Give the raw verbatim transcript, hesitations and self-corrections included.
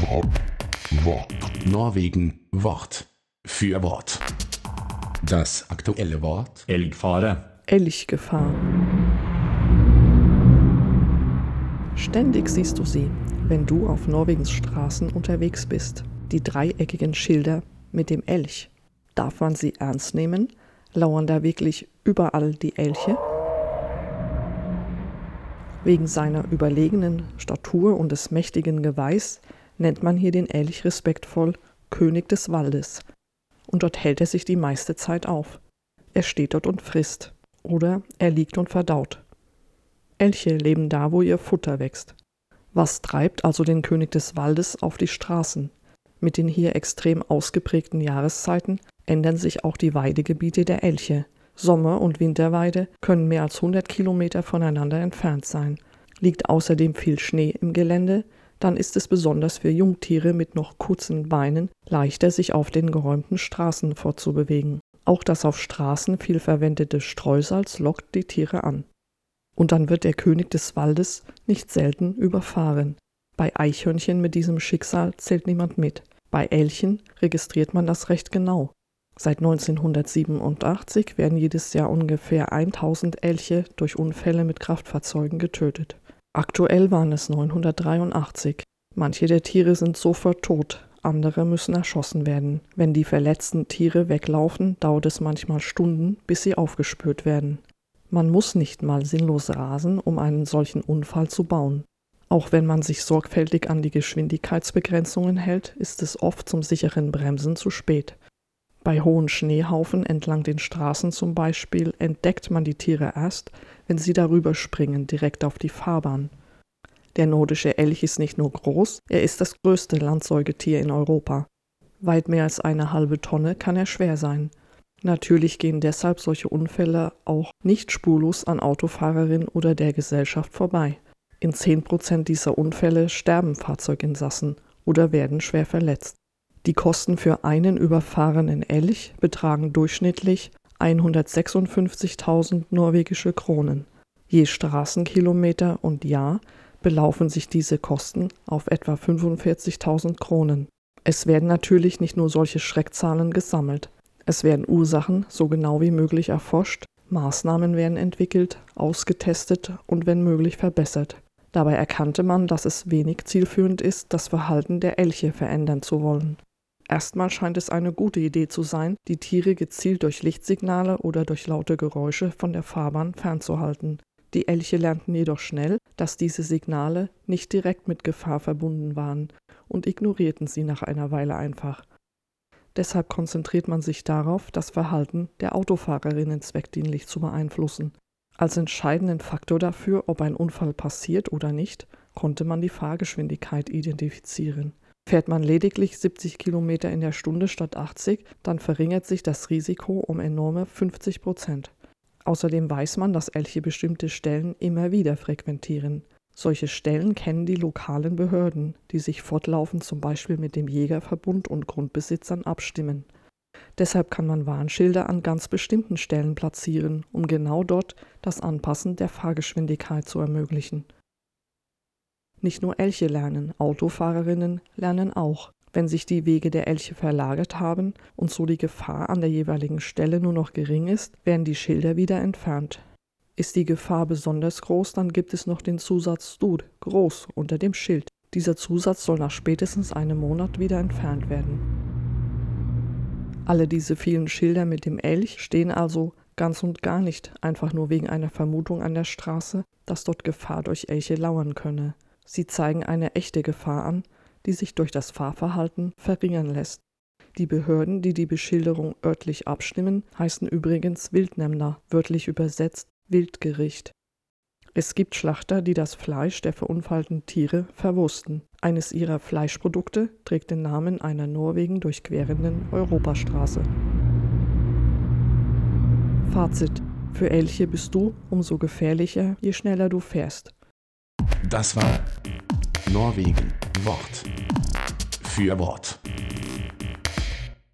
Nor Wort. Norwegen Wort für Wort. Das aktuelle Wort: Elgfare. Elchgefahr. Ständig siehst du sie, wenn du auf Norwegens Straßen unterwegs bist. Die dreieckigen Schilder mit dem Elch. Darf man sie ernst nehmen? Lauern da wirklich überall die Elche? Wegen seiner überlegenen Statur und des mächtigen Geweihs nennt man hier den Elch respektvoll König des Waldes. Und dort hält er sich die meiste Zeit auf. Er steht dort und frisst. Oder er liegt und verdaut. Elche leben da, wo ihr Futter wächst. Was treibt also den König des Waldes auf die Straßen? Mit den hier extrem ausgeprägten Jahreszeiten ändern sich auch die Weidegebiete der Elche. Sommer- und Winterweide können mehr als hundert Kilometer voneinander entfernt sein. Liegt außerdem viel Schnee im Gelände, dann ist es besonders für Jungtiere mit noch kurzen Beinen leichter, sich auf den geräumten Straßen fortzubewegen. Auch das auf Straßen viel verwendete Streusalz lockt die Tiere an. Und dann wird der König des Waldes nicht selten überfahren. Bei Eichhörnchen mit diesem Schicksal zählt niemand mit. Bei Elchen registriert man das recht genau. Seit neunzehnhundertsiebenundachtzig werden jedes Jahr ungefähr tausend Elche durch Unfälle mit Kraftfahrzeugen getötet. Aktuell waren es neunhundertdreiundachtzig. Manche der Tiere sind sofort tot, andere müssen erschossen werden. Wenn die verletzten Tiere weglaufen, dauert es manchmal Stunden, bis sie aufgespürt werden. Man muss nicht mal sinnlos rasen, um einen solchen Unfall zu bauen. Auch wenn man sich sorgfältig an die Geschwindigkeitsbegrenzungen hält, ist es oft zum sicheren Bremsen zu spät. Bei hohen Schneehaufen entlang den Straßen zum Beispiel entdeckt man die Tiere erst, wenn sie darüber springen, direkt auf die Fahrbahn. Der nordische Elch ist nicht nur groß, er ist das größte Landsäugetier in Europa. Weit mehr als eine halbe Tonne kann er schwer sein. Natürlich gehen deshalb solche Unfälle auch nicht spurlos an Autofahrerin oder der Gesellschaft vorbei. In zehn Prozent dieser Unfälle sterben Fahrzeuginsassen oder werden schwer verletzt. Die Kosten für einen überfahrenen Elch betragen durchschnittlich hundertsechsundfünfzigtausend norwegische Kronen. Je Straßenkilometer und Jahr belaufen sich diese Kosten auf etwa fünfundvierzigtausend Kronen. Es werden natürlich nicht nur solche Schreckzahlen gesammelt. Es werden Ursachen so genau wie möglich erforscht, Maßnahmen werden entwickelt, ausgetestet und wenn möglich verbessert. Dabei erkannte man, dass es wenig zielführend ist, das Verhalten der Elche verändern zu wollen. Erstmal scheint es eine gute Idee zu sein, die Tiere gezielt durch Lichtsignale oder durch laute Geräusche von der Fahrbahn fernzuhalten. Die Elche lernten jedoch schnell, dass diese Signale nicht direkt mit Gefahr verbunden waren und ignorierten sie nach einer Weile einfach. Deshalb konzentriert man sich darauf, das Verhalten der Autofahrerinnen zweckdienlich zu beeinflussen. Als entscheidenden Faktor dafür, ob ein Unfall passiert oder nicht, konnte man die Fahrgeschwindigkeit identifizieren. Fährt man lediglich siebzig Kilometer in der Stunde statt achtzig, dann verringert sich das Risiko um enorme fünfzig Prozent. Außerdem weiß man, dass Elche bestimmte Stellen immer wieder frequentieren. Solche Stellen kennen die lokalen Behörden, die sich fortlaufend zum Beispiel mit dem Jägerverbund und Grundbesitzern abstimmen. Deshalb kann man Warnschilder an ganz bestimmten Stellen platzieren, um genau dort das Anpassen der Fahrgeschwindigkeit zu ermöglichen. Nicht nur Elche lernen, Autofahrerinnen lernen auch. Wenn sich die Wege der Elche verlagert haben und so die Gefahr an der jeweiligen Stelle nur noch gering ist, werden die Schilder wieder entfernt. Ist die Gefahr besonders groß, dann gibt es noch den Zusatz Stud, groß, unter dem Schild. Dieser Zusatz soll nach spätestens einem Monat wieder entfernt werden. Alle diese vielen Schilder mit dem Elch stehen also ganz und gar nicht einfach nur wegen einer Vermutung an der Straße, dass dort Gefahr durch Elche lauern könne. Sie zeigen eine echte Gefahr an, die sich durch das Fahrverhalten verringern lässt. Die Behörden, die die Beschilderung örtlich abstimmen, heißen übrigens Wildnemnder, wörtlich übersetzt Wildgericht. Es gibt Schlachter, die das Fleisch der verunfallten Tiere verwursten. Eines ihrer Fleischprodukte trägt den Namen einer Norwegen durchquerenden Europastraße. Fazit: Für Elche bist du umso gefährlicher, je schneller du fährst. Das war Norwegen Wort für Wort.